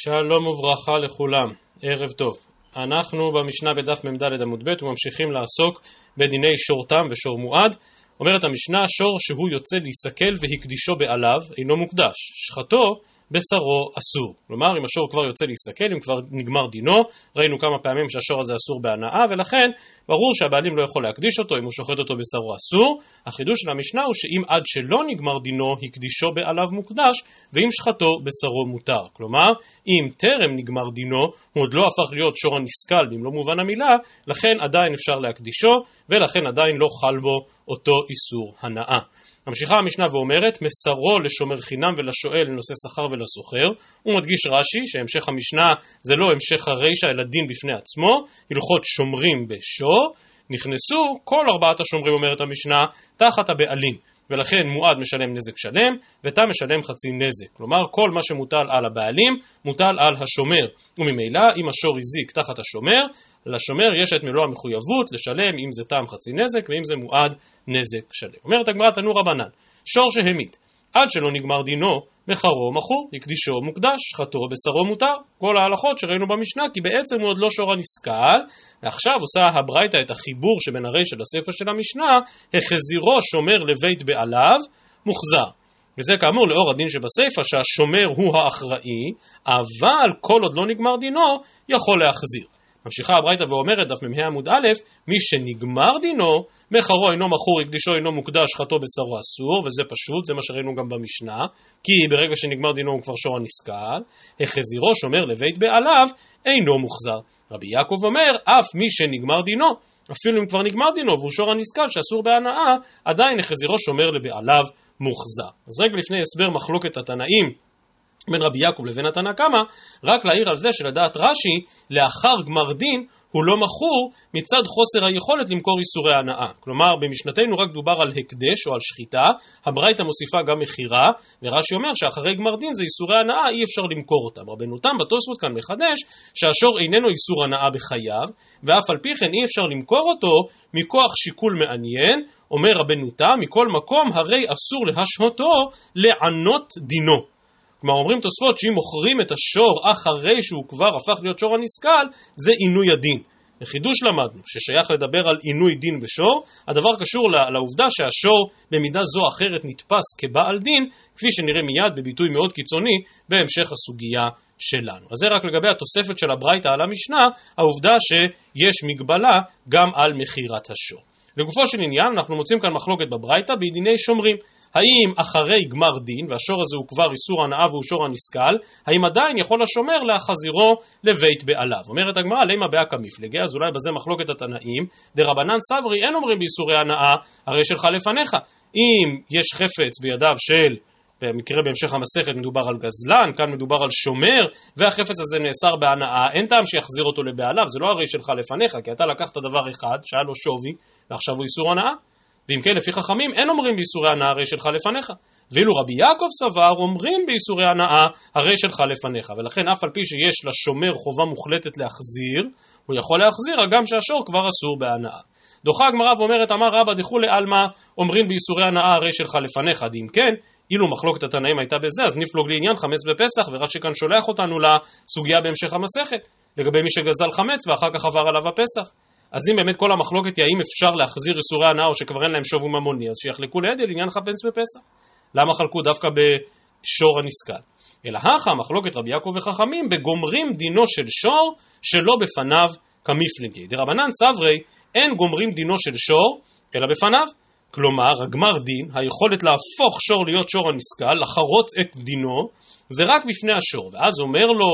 שלום וברכה לכולם, ערב טוב. אנחנו במשנה בדף מ"ד עמוד ב' וממשיכים לעסוק בדיני שור תם ושור מועד. אומרת המשנה, שור שהוא יוצא להיסקל והקדישו בעליו אינו מוקדש, שחטו בשרו אסור. כלומר, אם השור כבר יוצא להיסקל, אם כבר נגמר דינו, ראינו כמה פעמים שהשור הזה אסור בהנאה, ולכן ברור שהבעלים לא יכול להקדיש אותו, אם הוא שוחט אותו בשרו אסור. החידוש של המשנה הוא שאם עד שלא נגמר דינו, הקדישו בעליו מוקדש, ואם שחטו בשרו מותר. כלומר, אם טרם נגמר דינו, הוא עוד לא הפך להיות שור הנסקל במלוא מובן המילה, לכן עדיין אפשר להקדישו, ולכן עדיין לא חל בו אותו איסור הנאה. ממשיכה המשנה ואומרת, מסרו לשומר חינם ולשואל לנושא שכר ולסוחר. הוא מדגיש רש"י שהמשך המשנה זה לא המשך הרישא אלא דין בפני עצמו, הלכות שומרים בשור, נכנסו כל ארבעת השומרים, אומרת המשנה, תחת הבעלים, ולכן מועד משלם נזק שלם ותם משלם חצי נזק. כלומר, כל מה שמוטל על הבעלים מוטל על השומר, וממילא אם השור הזיק תחת השומר, לשומר יש את מלוא המחויבות לשלם, אם זה תם חצי נזק ואם זה מועד נזק שלם. אומרת הגמרא תנו רבנן, שור שהמית עד שלא נגמר דינו, מחרו מכור, הקדישו מוקדש, שחטו בשרו מותר. כל ההלכות שראינו במשנה, כי בעצם הוא עוד לא שור הנסקל, ועכשיו עושה הברייתא את החיבור שבין הרישא לסיפא של המשנה, החזירו שומר לבית בעליו, מוחזר. וזה כאמור לאור הדין שבסיפא שהשומר הוא האחראי, אבל כל עוד לא נגמר דינו, יכול להחזיר. ממשיכה הברייתא ואומרת, דף מ"ה עמוד א', מי שנגמר דינו, מחרו אינו מכור, הקדישו אינו מוקדש, שחטו בשרו אסור, וזה פשוט, זה מה שראינו גם במשנה, כי ברגע שנגמר דינו הוא כבר שור הנסקל, החזירו שומר לבית בעליו, אינו מוחזר. רבי יעקב אומר, אף מי שנגמר דינו, אפילו אם כבר נגמר דינו והוא שור הנסקל שאסור בהנאה, עדיין החזירו שומר לבעליו מוחזר. אז רגע לפני הסבר מחלוקת התנאים, בין רבי יעקב לבין התנא קמא, רק להעיר על זה שלדעת רש"י, לאחר גמר דין הוא לא מכור מצד חוסר היכולת למכור איסורי הנאה. כלומר, במשנתנו רק דובר על הקדש או על שחיטה, הברייתא מוסיפה גם מחירה, ורש"י אומר שאחרי גמר דין זה איסורי הנאה, אי אפשר למכור אותם. רבנו תם בתוספות כאן מחדש שהשור איננו איסור הנאה בחייו, ואף על פי כן אי אפשר למכור אותו מכוח שיקול מעניין. אומר רבנו תם, מכל מקום הרי אסור להשהותו לענות דינו. כלומר, אומרים תוספות שאם מוכרים את השור אחרי שהוא כבר הפך להיות שור הנסקל, זה עינוי הדין. בחידוש למדנו ששייך לדבר על עינוי דין בשור, הדבר קשור לעובדה שהשור במידה זו או אחרת נתפס כבעל דין, כפי שנראה מיד בביטוי מאוד קיצוני בהמשך הסוגיה שלנו. אז זה רק לגבי התוספת של הברייתא על המשנה, העובדה שיש מגבלה גם על מחירת השור. לגופו של עניין, אנחנו מוצאים כאן מחלוקת בברייתא בדיני שומרים. האם אחרי גמר דין, והשור הזה הוא כבר איסור הנאה והוא שור הנסקל, האם עדיין יכול השומר להחזירו לבית בעליו? אומרת הגמרא, למה באקא מפלגי, אז אולי בזה מחלוקת התנאים, דרבנן סברי אין אומרים באיסורי הנאה, הרי שלך לפניך. אם יש חפץ בידיו של, במקרה בהמשך המסכת מדובר על גזלן, כאן מדובר על שומר, והחפץ הזה נאסר בהנאה, אין טעם שיחזיר אותו לבעליו, זה לא הרי שלך לפניך, כי אתה לקחת דבר אחד שהיה לו שווי, ועכשיו הוא איסור הנאה. ואם כן, לפי חכמים אין אומרים באיסורי הנאה הרי שלך לפניך. ואילו רבי יעקב סבר אומרים באיסורי הנאה הרי שלך לפניך. ולכן אף על פי שיש לשומר חובה מוחלטת להחזיר, הוא יכול להחזיר הגם שהשור כבר אסור בהנאה. דוחה הגמרא ואומרת, אמר רבא דכולי עלמא, אומרים באיסורי הנאה הרי שלך לפניך. אם כן, אילו מחלוקת התנאים הייתה בזה, אז נפלוג לעניין חמץ בפסח, ורש"י כאן שולח אותנו לסוגיה בהמשך המסכת, לגבי מי שגזל חמץ ואחר כך עבר עליו הפסח. אז אם באמת כל המחלוקת היא האם אפשר להחזיר איסורי הנאה או שכבר אין להם שוב ממוני, אז שיחלקו לידי לעניין חפץ בפסח. למה חלקו דווקא בשור הנסקל? אלא הכא מחלוקת רבי יעקב וחכמים בגומרים דינו של שור שלא בפניו כמפלגי. דרבנן סברי אין גומרים דינו של שור אלא בפניו. כלומר, הגמר דין, היכולת להפוך שור להיות שור הנסקל, לחרוץ את דינו, זה רק בפני השור. ואז אומר לו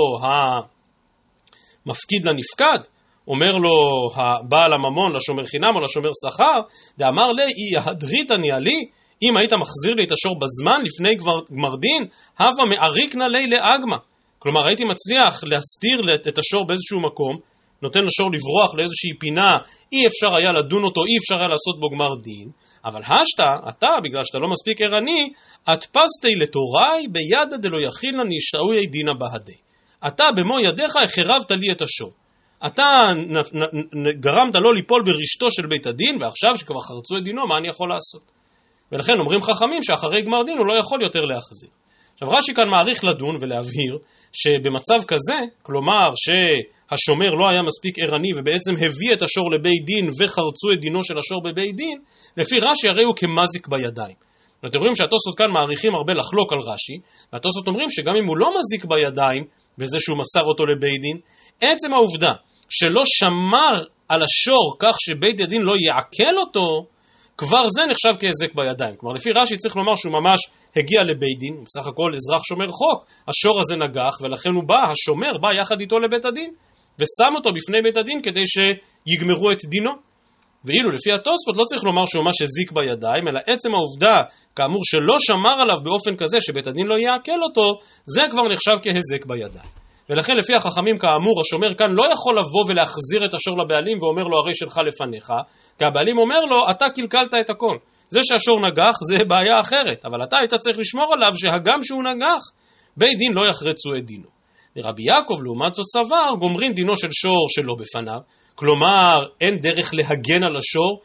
המפקיד לנפקד, אומר לו הבעל הממון לשומר חינם או לשומר שכר, דאמר לי, יהדרית אני לי, אם היית מחזיר לי את השור בזמן לפני גמר דין, הווה מעריקנה לי לאגמה. כלומר, הייתי מצליח להסתיר את השור באיזשהו מקום, נותן לשור לברוח לאיזושהי פינה, אי אפשר היה לדון אותו, אי אפשר היה לעשות בו גמר דין, אבל אתה, בגלל שאתה לא מספיק ערני, הדפסתי לתוראי בידא דלא יכילני שאוי דינא בהדי. אתה במו ידיך החרבת לי את השור. אתה גרמת לו ליפול ברשתו של בית הדין, ועכשיו שכבר חרצו את דינו, מה אני יכול לעשות? ולכן אומרים חכמים שאחרי גמר דין הוא לא יכול יותר להחזיר. עכשיו רש"י כאן מעריך לדון ולהבהיר שבמצב כזה, כלומר שהשומר לא היה מספיק ערני ובעצם הביא את השור לבית דין וחרצו את דינו של השור בבית דין, לפי רש"י הרי הוא כמזיק בידיים. אתם רואים שהתוספות כאן מעריכים הרבה לחלוק על רש"י, והתוספות אומרים שגם אם הוא לא מזיק בידיים בזה שהוא מסר אותו לבית דין, עצם העובדה שלא שמר על השור כך שבית הדין לא יעקל אותו, כבר זה נחשב כהזק בידיים. כלומר, לפי רש"י צריך לומר שהוא ממש הגיע לבית דין, בסך הכל אזרח שומר חוק, השור הזה נגח, ולכן הוא בא, השומר בא יחד איתו לבית הדין, ושם אותו בפני בית הדין כדי שיגמרו את דינו. ואילו לפי התוספות לא צריך לומר שהוא ממש הזיק בידיים, אלא עצם העובדה, כאמור, שלא שמר עליו באופן כזה שבית הדין לא יעקל אותו, זה כבר נחשב כהזק בידיים. ולכן לפי החכמים כאמור, השומר כאן לא יכול לבוא ולהחזיר את השור לבעלים ואומר לו הרי שלך לפניך, כי הבעלים אומר לו אתה קלקלת את הכל. זה שהשור נגח זה בעיה אחרת, אבל אתה היית צריך לשמור עליו שהגם שהוא נגח, בית דין לא יחרצו את דינו. רבי יעקב לעומת זאת סבר, גומרים דינו של שור שלא בפניו, כלומר אין דרך להגן על השור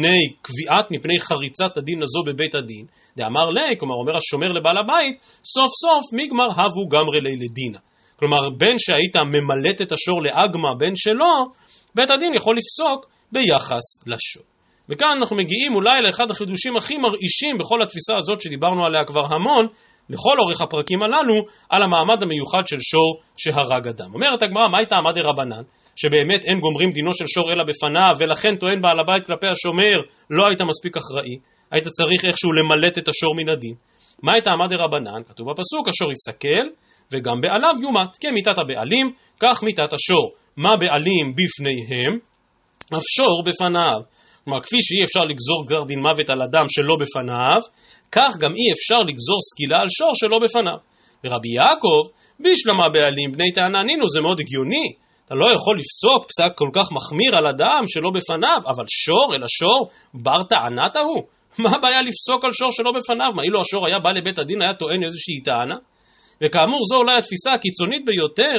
מפני חריצת הדין הזו בבית הדין. דאמר לי, כלומר אומר השומר לבעל הבית, סוף סוף מגמר הבו גמרי לי לדינה. כלומר, בין שהיית ממלט את השור לאגמה, בין שלא, בית הדין יכול לפסוק ביחס לשור. וכאן אנחנו מגיעים אולי לאחד החידושים הכי מרעישים בכל התפיסה הזאת שדיברנו עליה כבר המון, לכל אורך הפרקים הללו, על המעמד המיוחד של שור שהרג אדם. אומרת הגמרא, מה הייתה עמד רבנן? שבאמת אין גומרים דינו של שור אלא בפניו, ולכן טוען בעל הבית כלפי השומר, לא היית מספיק אחראי, היית צריך איכשהו למלט את השור מן הדין. מה הייתה עמד רבנן? כתוב בפסוק, השור יסכל, וגם בעליו יומת, כמיתת הבעלים, כך מיתת השור. מה בעלים בפניהם? אף שור בפניו. כלומר, כפי שאי אפשר לגזור גזר דין מוות על אדם שלא בפניו, כך גם אי אפשר לגזור סקילה על שור שלא בפניו. ורבי יעקב, בשלמה בעלים בני טענה נינו, זה מאוד הגיוני. אתה לא יכול לפסוק פסק כל כך מחמיר על אדם שלא בפניו, אבל שור אל השור בר טענת הוא. מה הבעיה לפסוק על שור שלא בפניו? מה אילו השור היה בא לבית הדין, היה טוען איזושהי טענה? וכאמור זו אולי התפיסה הקיצונית ביותר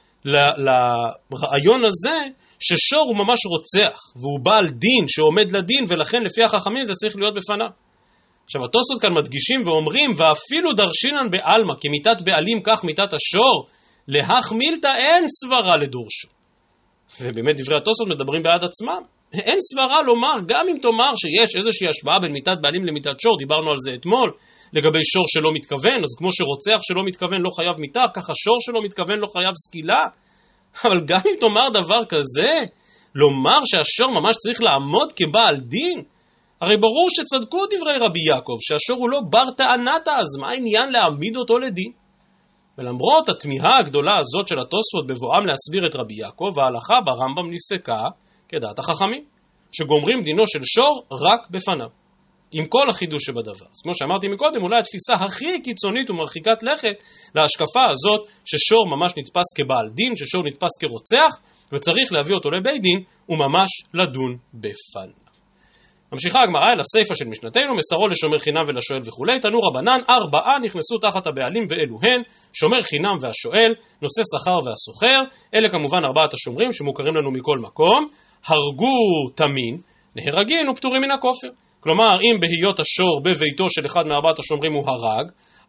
לרעיון הזה ששור הוא ממש רוצח והוא בעל דין שעומד לדין, ולכן לפי החכמים זה צריך להיות בפניו. עכשיו התוספות כאן מדגישים ואומרים ואפילו דרשינן בעלמא כמיתת בעלים כך מיתת השור להך מילתא אין סברה לדורשו. ובאמת דברי התוספות מדברים בעד עצמם. אין סברה לומר, גם אם תאמר שיש איזושהי השוואה בין מיתת בעלים למיתת שור, דיברנו על זה אתמול, לגבי שור שלא מתכוון, אז כמו שרוצח שלא מתכוון לא חייב מיתה, ככה שור שלא מתכוון לא חייב סקילה. אבל גם אם תאמר דבר כזה, לומר שהשור ממש צריך לעמוד כבעל דין, הרי ברור שצדקו דברי רבי יעקב, שהשור הוא לא בר טענת, אז מה העניין להעמיד אותו לדין? ולמרות התמיהה הגדולה הזאת של התוספות בבואם להסביר את רבי יעקב, ההלכה ברמב"ם נפסקה כדעת החכמים, שגומרים דינו של שור רק בפניו, עם כל החידוש שבדבר. אז כמו שאמרתי מקודם, אולי התפיסה הכי קיצונית ומרחיקת לכת להשקפה הזאת, ששור ממש נתפס כבעל דין, ששור נתפס כרוצח, וצריך להביא אותו לבית דין, וממש לדון בפניו. ממשיכה הגמרא אל הסיפא של משנתנו, מסרו לשומר חינם ולשואל וכו'. תנו רבנן, 4 נכנסו תחת הבעלים ואלו הן, שומר חינם והשואל, נושא שכר והסוחר, אלה כמובן 4 השומרים שמוכרים לנו מכל מקום. הרגו תמין, נהרגין ופטורים מן הכופר. כלומר, אם בהיות השור בביתו של אחד מ4 השומרים הוא הרג,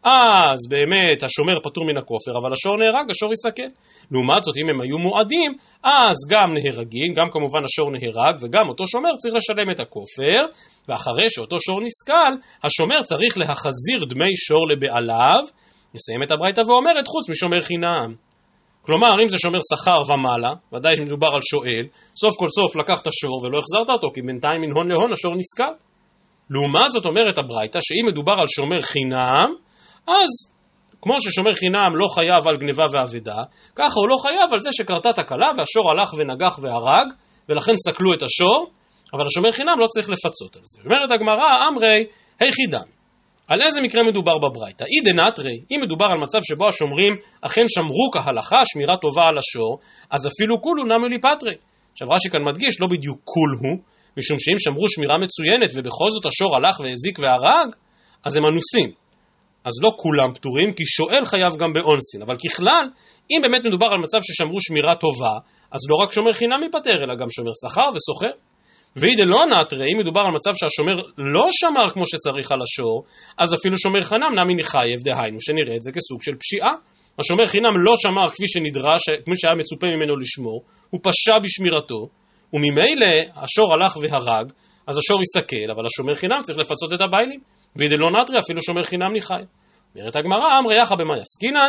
אז באמת השומר פטור מן הכופר, אבל השור נהרג, השור יסכל. לעומת זאת, אם הם היו מועדים, אז גם נהרגים, גם כמובן השור נהרג, וגם אותו שומר צריך לשלם את הכופר, ואחרי שאותו שור נסכל, השומר צריך להחזיר דמי שור לבעליו, נסיים את הברייתא ואומרת, חוץ משומר חינם. כלומר, אם זה שומר שכר ומעלה, ודאי שמדובר על שואל, סוף כל סוף לקחת שור ולא החזרת אותו, כי בינתיים מן הון להון השור נסכל. לעומת זאת אומרת הברייתא, שאם מדובר על שומר חינם, אז כמו ששומר חינם לא חייב על גניבה ועבדה, ככה הוא לא חייב על זה שקרתה תקלה והשור הלך ונגח והרג, ולכן סקלו את השור, אבל השומר חינם לא צריך לפצות על זה. אומרת הגמרא, אמרי, היחידם. על איזה מקרה מדובר בברייתא? אידנטרי, אם מדובר על מצב שבו השומרים אכן שמרו כהלכה, שמירה טובה על השור, אז אפילו כולו נמי ליפטרי. עכשיו רש"י כאן מדגיש, לא בדיוק כול הוא, משום שאם שמרו שמירה מצוינת ובכל זאת השור הלך והזיק והרג, אז הם אנוסים. אז לא כולם פטורים, כי שואל חייב גם באונסין. אבל ככלל, אם באמת מדובר על מצב ששמרו שמירה טובה, אז לא רק שומר חינם ייפטר, אלא גם שומר שכר וסוחר. וידלא נטרי, אם מדובר על מצב שהשומר לא שמר כמו שצריך על השור, אז אפילו שומר חינם נמי נחייב, דהיינו שנראה את זה כסוג של פשיעה. השומר חינם לא שמר כפי שנדרש, כמו שהיה מצופה ממנו לשמור, הוא פשע בשמירתו, וממילא השור הלך והרג, אז השור יסכל, אבל השומר חינם צריך לפצות את הביילים. וידלא נטרי, אפילו שומר חינם נחייב. אומרת הגמרא, אמרי יחא במאי עסקינן,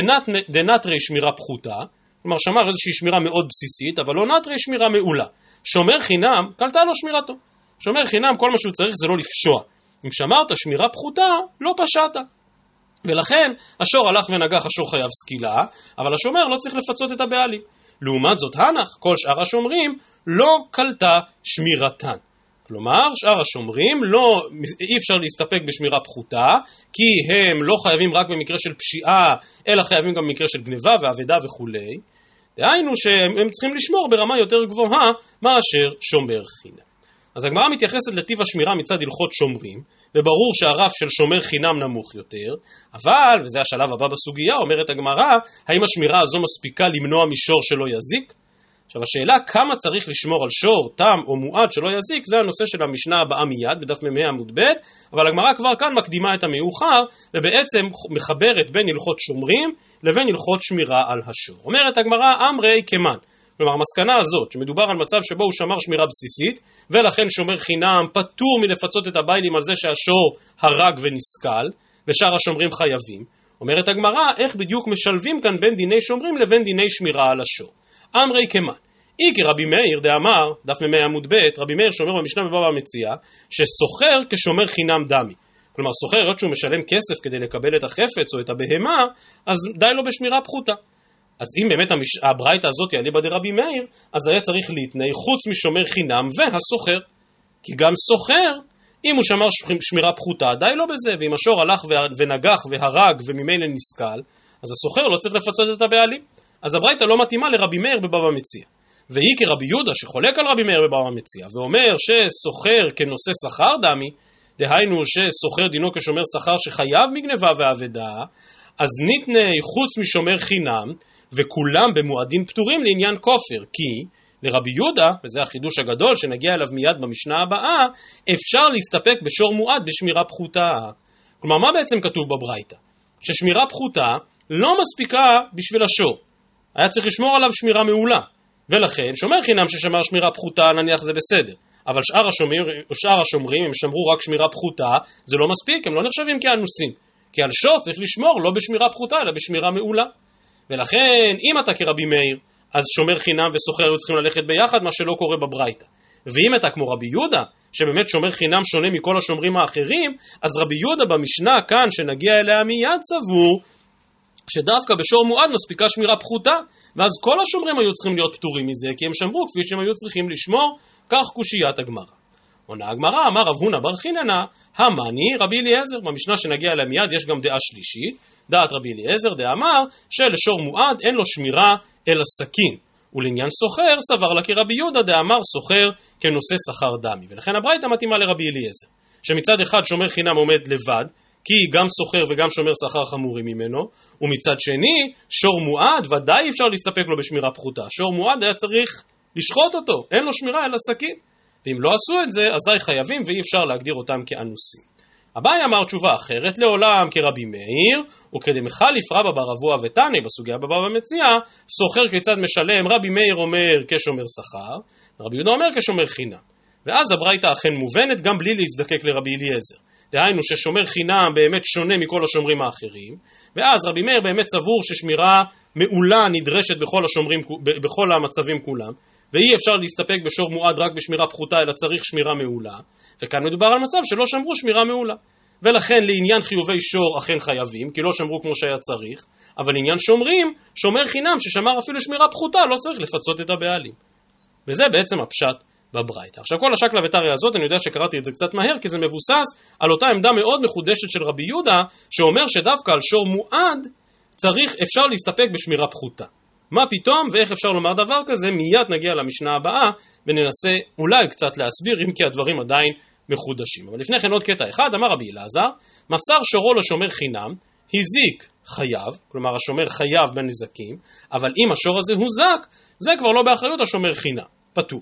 דנטרי שמירה פחותה, כלומר שמר איזושהי שמירה מאוד בסיסית, אבל לא נטרי שמירה מעולה. שומר חינם, קלטה לו שמירתו. שומר חינם, כל מה שהוא צריך זה לא לפשוע. אם שמרת שמירה פחותה, לא פשעת. ולכן, השור הלך ונגח, השור חייב סקילה, אבל השומר לא צריך לפצות את הבעלים. לעומת זאת, הנח, כל שאר השומרים, לא קלטה שמירתן. כלומר, שאר השומרים אי אפשר להסתפק בשמירה פחותה, כי הם לא חייבים רק במקרה של פשיעה, אלא חייבים גם במקרה של גניבה ועבדה וכו'. דהיינו שהם צריכים לשמור ברמה יותר גבוהה מאשר שומר חינם. אז הגמרא מתייחסת לטיב השמירה מצד הלכות שומרים, וברור שהרף של שומר חינם נמוך יותר, אבל, וזה השלב הבא בסוגיה, אומרת הגמרא, האם השמירה הזו מספיקה למנוע משור שלא יזיק? עכשיו השאלה כמה צריך לשמור על שור, תם או מועד שלא יזיק, זה הנושא של המשנה הבאה מיד, בדף מ"ה עמוד ב', אבל הגמרא כבר כאן מקדימה את המאוחר, ובעצם מחברת בין הלכות שומרים לבין הלכות שמירה על השור. אומרת הגמרא, אמרי כמן, כלומר המסקנה הזאת, שמדובר על מצב שבו הוא שמר שמירה בסיסית, ולכן שומר חינם פטור מלפצות את הביילים על זה שהשור הרג ונסכל, ושאר השומרים חייבים. אומרת הגמרא, איך בדיוק משלבים כאן בין דיני שומרים לבין דיני שמירה על השור. אמרי כמן, איקי רבי מאיר דאמר, דף מ"ה עמוד ב', רבי מאיר שאומר במשנה בבבא מציעא, שסוחר כשומר חינם דמי. כלומר סוחר, עוד שהוא משלם כסף כדי לקבל את החפץ או את הבהמה, אז די לו בשמירה פחותה. אז אם באמת הברייתא הזאת יעלה בדרבי מאיר, אז היה צריך להתנאי חוץ משומר חינם והסוחר. כי גם סוחר, אם הוא שמר שמירה פחותה, די לו בזה, ואם השור הלך ונגח והרג וממילא נסכל, אז הסוחר לא צריך לפצות את הבעלים. אז הברייתא לא מתאימה לרבי מאיר בבבא מציעא. והיא כרבי יהודה שחולק על רבי מאיר בבבא מציעא, ואומר שסוחר כנושא שכר דמי, דהיינו שסוחר דינו כשומר שכר שחייב מגנבה ועבדה, אז ניתני חוץ משומר חינם, וכולם במועדים פטורים לעניין כופר, כי לרבי יהודה, וזה החידוש הגדול שנגיע אליו מיד במשנה הבאה, אפשר להסתפק בשור מועד בשמירה פחותה. כלומר, מה בעצם כתוב בברייתא? ששמירה פחותה לא מספיקה בשביל השור. היה צריך לשמור עליו שמירה מעולה. ולכן, שומר חינם ששמר שמירה פחותה, נניח זה בסדר. אבל שאר השומרים, הם שמרו רק שמירה פחותה, זה לא מספיק, הם לא נחשבים כאנוסים. כי על שור צריך לשמור לא בשמירה פחותה, אלא בשמירה מעולה. ולכן, אם אתה כרבי מאיר, אז שומר חינם וסוחר היו צריכים ללכת ביחד, מה שלא קורה בברייתא. ואם אתה כמו רבי יהודה, שבאמת שומר חינם שונה מכל השומרים האחרים, אז רבי יהודה במשנה כאן, שנגיע אליה מיד סבור, שדווקא בשור מועד מספיקה שמירה פחותה, ואז כל השומרים היו צריכים להיות פטורים מזה, כי הם שמרו כפי שהם היו צריכים לשמור, כך קושיית הגמרא. עונה הגמרא, אמר רב הונא בר חיננה, המני רבי אליעזר. במשנה שנגיע אליה מיד יש גם דעה שלישית, דעת רבי אליעזר דאמר שלשור מועד אין לו שמירה אלא סכין, ולעניין סוחר סבר לה כרבי יהודה דאמר סוחר כנושא שכר דמי. ולכן הברייתא מתאימה לרבי אליעזר, שמצד אחד שומר חינם עומד לבד, כי גם סוחר וגם שומר שכר חמורים ממנו, ומצד שני שור מועד ודאי אפשר להסתפק לו בשמירה פחותה. שור מועד היה צריך לשחוט אותו, אין לו שמירה אלא סכין, ואם לא עשו את זה אזי חייבים ואי אפשר להגדיר אותם כאנוסים. אביי אמר תשובה אחרת, לעולם כרבי מאיר, וכדמחליף רבא בר אבוה ותנא בסוגיה בבבא מציעא, סוחר כיצד משלם, רבי מאיר אומר כשומר שכר, רבי יהודה אומר כשומר חינם. ואז הברייתא אכן מובנת גם בלי להזדקק לרבי אליעזר. דהיינו ששומר חינם באמת שונה מכל השומרים האחרים, ואז רבי מאיר באמת סבור ששמירה מעולה נדרשת בכל המצבים כולם, ואי אפשר להסתפק בשור מועד רק בשמירה פחותה, אלא צריך שמירה מעולה, וכאן מדובר על מצב שלא שמרו שמירה מעולה. ולכן לעניין חיובי שור אכן חייבים, כי לא שמרו כמו שהיה צריך, אבל לעניין שומרים, שומר חינם ששמר אפילו שמירה פחותה, לא צריך לפצות את הבעלים. וזה בעצם הפשט בברייתא. עכשיו כל השקלא וטריא הזאת, אני יודע שקראתי את זה קצת מהר, כי זה מבוסס על אותה עמדה מאוד מחודשת של רבי יהודה, שאומר שדווקא על שור מועד אפשר להסתפק בשמירה פחותה. מה פתאום ואיך אפשר לומר דבר כזה? מיד נגיע למשנה הבאה וננסה אולי קצת להסביר, אם כי הדברים עדיין מחודשים. אבל לפני כן עוד קטע אחד, אמר רבי אלעזר, מסר שורו לשומר חינם, הזיק חייב, כלומר השומר חייב בנזקים, אבל אם השור הזה הוזק, זה כבר לא באחריות השומר חינם, פטור.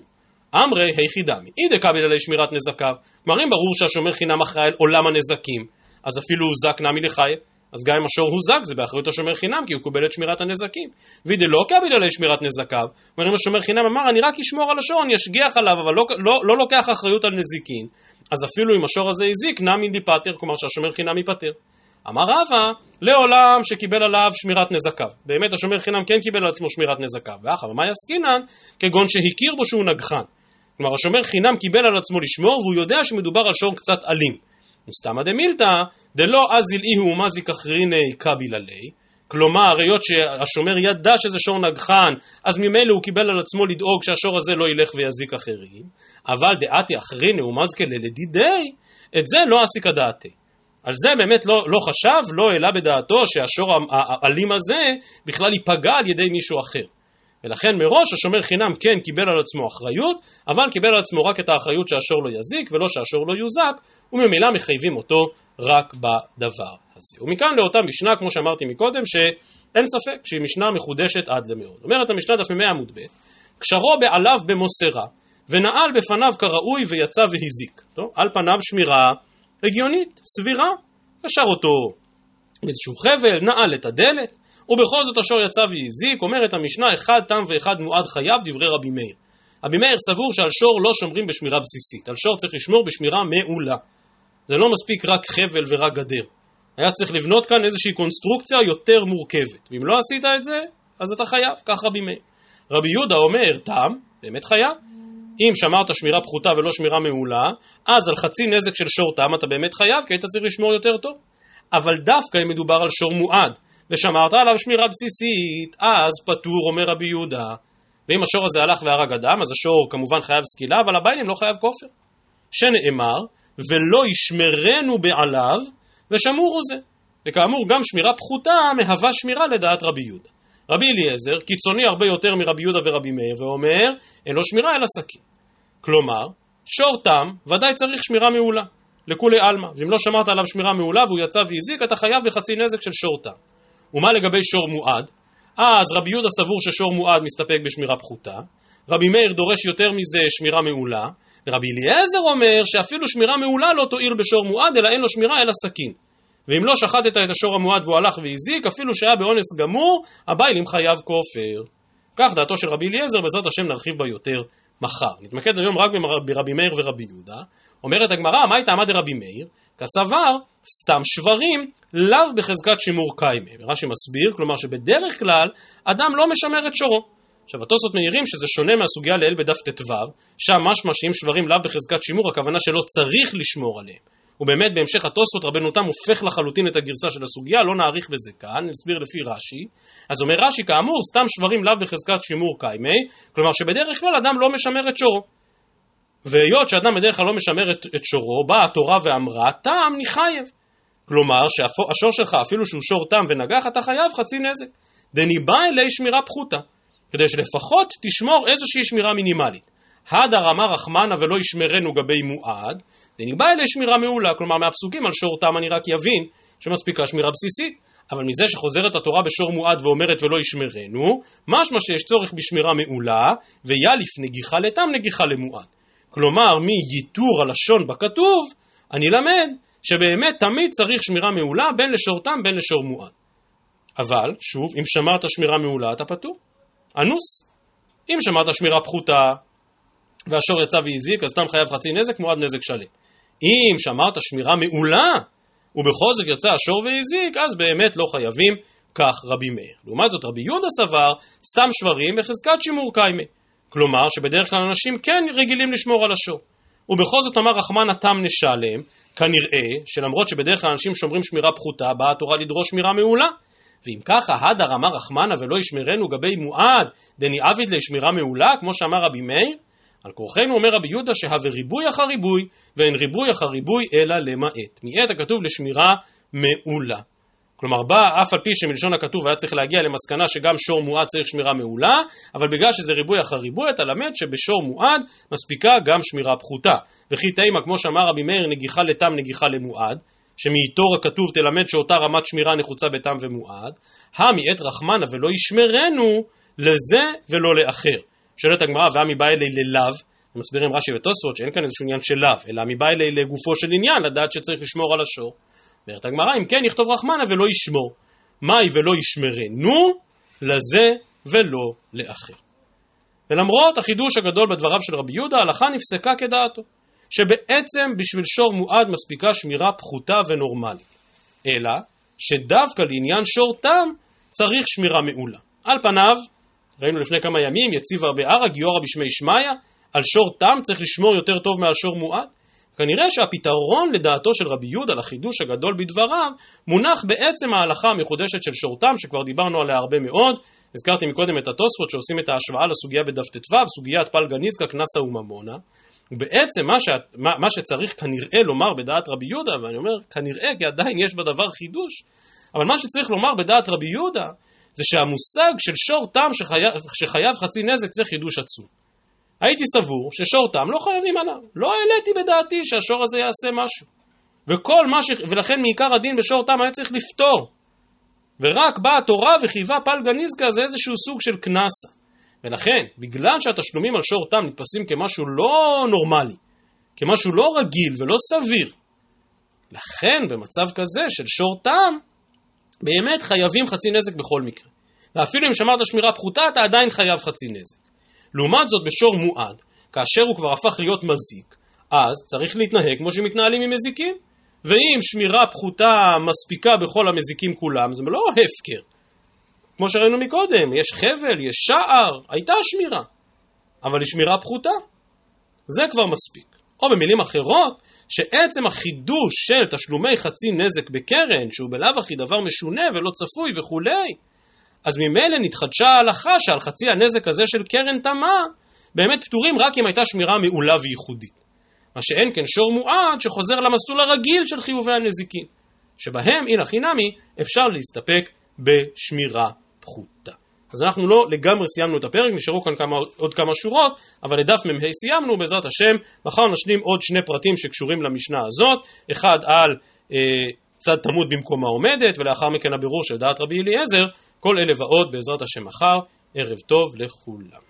אמרי היחידמי, אידה קביל עלי שמירת נזקיו. כלומר, אם ברור שהשומר חינם אחראי על עולם הנזקים, אז אפילו הוא זק נמי לחי, אז גם אם השור הוא זק, זה באחריות השומר חינם, כי הוא קובל את שמירת הנזקים. ואידה לא קביל עלי שמירת נזקיו. כלומר, אם השומר חינם אמר, אני רק אשמור על השור, אני אשגיח עליו, אבל לא לוקח אחריות על נזיקין, אז אפילו אם השור הזה הזיק, נמי דיפטר, כלומר שהשומר חינם ייפטר. אמר רבא, לעולם שקיבל עליו שמירת נזקיו. באמת השומר חינם כן קיבל על עצמו שמירת נזקיו. ואחר, מה יסקינן? כגון שהכיר בו שהוא נגחן. כלומר, השומר חינם קיבל על עצמו לשמור, והוא יודע שמדובר על שור קצת אלים. וסתמא דמילתא, דלא אזיל איהו מזיק אחריני קביל עלי. כלומר, היות שהשומר ידע שזה שור נגחן, אז ממילא הוא קיבל על עצמו לדאוג שהשור הזה לא ילך ויזיק אחרים. אבל דעתי אחריני ומזקה ללדידי, את זה לא עסיקה דעתי. על זה באמת לא חשב, לא העלה בדעתו שהשור האלים הזה בכלל ייפגע על ידי מישהו אחר. ולכן מראש השומר חינם כן קיבל על עצמו אחריות, אבל קיבל על עצמו רק את האחריות שהשור לא יזיק ולא שהשור לא יוזק, וממילא מחייבים אותו רק בדבר הזה. ומכאן לאותה משנה, כמו שאמרתי מקודם, שאין ספק שהיא משנה מחודשת עד למאוד. אומרת המשנה דף מ100 עמוד ב', קשרו בעליו במוסרה, ונעל בפניו כראוי ויצא והזיק. טוב? על פניו שמירה הגיונית, סבירה, קשר אותו באיזשהו חבל, נעל את הדלת, ובכל זאת השור יצא והזיק. אומרת המשנה, אחד תם ואחד מועד חייב, דברי רבי מאיר. רבי מאיר סבור שעל שור לא שומרים בשמירה בסיסית, על שור צריך לשמור בשמירה מעולה. זה לא מספיק רק חבל ורק גדר. היה צריך לבנות כאן איזושהי קונסטרוקציה יותר מורכבת, ואם לא עשית את זה, אז אתה חייב, כך רבי מאיר. רבי יהודה אומר, תם, באמת חייב. אם שמרת שמירה פחותה ולא שמירה מעולה, אז על חצי נזק של שור תם אתה באמת חייב, כי היית צריך לשמור יותר טוב. אבל דווקא אם מדובר על שור מועד, ושמרת עליו שמירה בסיסית, אז פטור, אומר רבי יהודה. ואם השור הזה הלך והרג אדם, אז השור כמובן חייב סקילה, אבל הביילים לא חייב כופר. שנאמר, ולא ישמרנו בעליו, ושמור הוא זה. וכאמור, גם שמירה פחותה מהווה שמירה לדעת רבי יהודה. רבי אליעזר, קיצוני הרבה יותר מרבי יהודה ורבי מאיר, ואומר, אין לו שמירה אלא סכין. כלומר, שור תם ודאי צריך שמירה מעולה, לכולי אלמה, ואם לא שמרת עליו שמירה מעולה והוא יצא והזיק, אתה חייב בחצי נזק של שור תם. ומה לגבי שור מועד? אז רבי יהודה סבור ששור מועד מסתפק בשמירה פחותה, רבי מאיר דורש יותר מזה שמירה מעולה, ורבי אליעזר אומר שאפילו שמירה מעולה לא תועיל בשור מועד, אלא אין לו שמירה אלא סכין. ואם לא שחטת את השור המועד והוא הלך והזיק, אפילו שהיה באונס גמור, הביילים חייב כופר. כך דעתו של רבי אליעזר, בעזרת השם נרחיב בה יותר מחר. נתמקד היום רק ברבי מאיר ורבי יהודה. אומרת הגמרא, מה הייתה עמד רבי מאיר? כסבר, סתם שברים, לאו בחזקת שימור קיימה. רש"י מסביר, כלומר שבדרך כלל אדם לא משמר את שורו. עכשיו התוספות מעירים שזה שונה מהסוגיה לעיל בדף ט"ו, שם משמע שאם שברים לאו בחזקת שימור, הכוונה שלא צריך לשמור עליהם. ובאמת בהמשך התוספות רבנו תם הופך לחלוטין את הגרסה של הסוגיה, לא נאריך בזה כאן, נסביר לפי רש"י. אז אומר רש"י, כאמור, סתם שברים לאו בחזקת שימור קיימי, כלומר שבדרך כלל אדם לא משמר את שורו. והיות שאדם בדרך כלל לא משמר את שורו, באה התורה ואמרה, תם נחייב. כלומר שהשור שלך, אפילו שהוא שור תם ונגח, אתה חייב חצי נזק. דניבא אלי שמירה פחותה, כדי שלפחות תשמור איזושהי שמירה מינימלית. הדר אמר רחמנה ולא ישמרנו גבי מועד, דניבא אלי שמירה מעולה, כלומר מהפסוקים על שור תם אני רק יבין שמספיקה שמירה בסיסית, אבל מזה שחוזרת התורה בשור מועד ואומרת ולא ישמרנו, משמע שיש צורך בשמירה מעולה, ויאליף נגיחה לתם נגיחה למועד. כלומר מייתור הלשון בכתוב, אני למד שבאמת תמיד צריך שמירה מעולה בין לשור תם בין לשור מועד. אבל שוב, אם שמרת שמירה מעולה אתה פטור. אנוס, אם שמרת שמירה פחותה והשור יצא והזיק, אז תם חייב חצי נזק, מועד נזק שלם. אם שמרת שמירה מעולה ובכל זאת יצא השור והזיק, אז באמת לא חייבים, כך רבי מאיר. לעומת זאת רבי יהודה סבר סתם שברים בחזקת שימור קיימי, כלומר שבדרך כלל אנשים כן רגילים לשמור על השור. ובכל זאת אמר רחמנה תם נשלם, כנראה שלמרות שבדרך כלל אנשים שומרים שמירה פחותה, באה התורה לדרוש שמירה מעולה. ואם ככה, הדר אמר רחמנה ולא ישמרנו גבי מועד, דני עביד לשמירה מעולה, כמו שאמר רבי מאיר, על כורחנו אומר רבי יהודה שהווה ריבוי אחר ריבוי, ואין ריבוי אחר ריבוי אלא למעט. מעת הכתוב לשמירה מעולה. כלומר, בא אף על פי שמלשון הכתוב היה צריך להגיע למסקנה שגם שור מועד צריך שמירה מעולה, אבל בגלל שזה ריבוי אחר ריבוי, אתה למד שבשור מועד מספיקה גם שמירה פחותה. וכי תימה, כמו שאמר רבי מאיר, נגיחה לתם נגיחה למועד, שמאיתור הכתוב תלמד שאותה רמת שמירה נחוצה בתם ומועד, מעת רחמנה ולא ישמרנו לזה ולא לאחר. שואלת הגמרא, והמי בא אלי ללאו, מסבירים רש"י ותוספות שאין כאן איזשהו עניין של לאו, אלא מבא לגופו של עניין, לדעת שצריך לשמור על השור. אומרת הגמרא, אם כן יכתוב רחמנה ולא ישמור. מהי ולא ישמרנו? לזה ולא לאחר. ולמרות החידוש הגדול בדבריו של רבי יהודה, ההלכה נפסקה כדעתו, שבעצם בשביל שור מועד מספיקה שמירה פחותה ונורמלית, אלא שדווקא לעניין שור תם צריך שמירה מעולה. על פניו, ראינו לפני כמה ימים, יציב הרבה ערה גיורא בשמי שמעיה, על שור תם צריך לשמור יותר טוב מעל שור מועד. כנראה שהפתרון לדעתו של רבי יהודה לחידוש הגדול בדבריו מונח בעצם ההלכה המחודשת של שור תם, שכבר דיברנו עליה הרבה מאוד. הזכרתי מקודם את התוספות שעושים את ההשוואה לסוגיה בדף ט"ו, סוגיית פלגה ניזקה, קנסה וממונה. ובעצם מה שצריך כנראה לומר בדעת רבי יהודה, ואני אומר כנראה כי עדיין יש בדבר חידוש, אבל מה שצריך לומר בדעת רבי יהודה זה שהמושג של שור תם שחייב חצי נזק זה חידוש עצום. הייתי סבור ששור תם לא חייבים עליו, לא העליתי בדעתי שהשור הזה יעשה משהו, ולכן מעיקר הדין בשור תם היה צריך לפתור, ורק באה התורה וחייבה פלגה ניזקה, זה איזשהו סוג של קנסה. ולכן, בגלל שהתשלומים על שור תם נתפסים כמשהו לא נורמלי, כמשהו לא רגיל ולא סביר, לכן במצב כזה של שור תם באמת חייבים חצי נזק בכל מקרה. ואפילו אם שמרת שמירה פחותה, אתה עדיין חייב חצי נזק. לעומת זאת בשור מועד, כאשר הוא כבר הפך להיות מזיק, אז צריך להתנהג כמו שמתנהלים עם מזיקים. ואם שמירה פחותה מספיקה בכל המזיקים כולם, זה לא הפקר. כמו שראינו מקודם, יש חבל, יש שער, הייתה שמירה, אבל היא שמירה פחותה. זה כבר מספיק. או במילים אחרות, שעצם החידוש של תשלומי חצי נזק בקרן, שהוא בלאו הכי דבר משונה ולא צפוי וכולי, אז ממילא נתחדשה ההלכה שעל חצי הנזק הזה של קרן תמה, באמת פטורים רק אם הייתה שמירה מעולה וייחודית. מה שאין כן שור מועד שחוזר למסלול הרגיל של חיובי הנזיקים, שבהם אילך חינמי אפשר להסתפק בשמירה פחותה. אז אנחנו לא לגמרי סיימנו את הפרק, נשארו כאן עוד כמה שורות, אבל לדף מ"ה סיימנו. בעזרת השם מחר נשלים עוד שני פרטים שקשורים למשנה הזאת, אחד על צד תמות במקומה עומדת, ולאחר מכן הבירור של דעת רבי אליעזר. כל אלה ועוד בעזרת השם מחר. ערב טוב לכולם.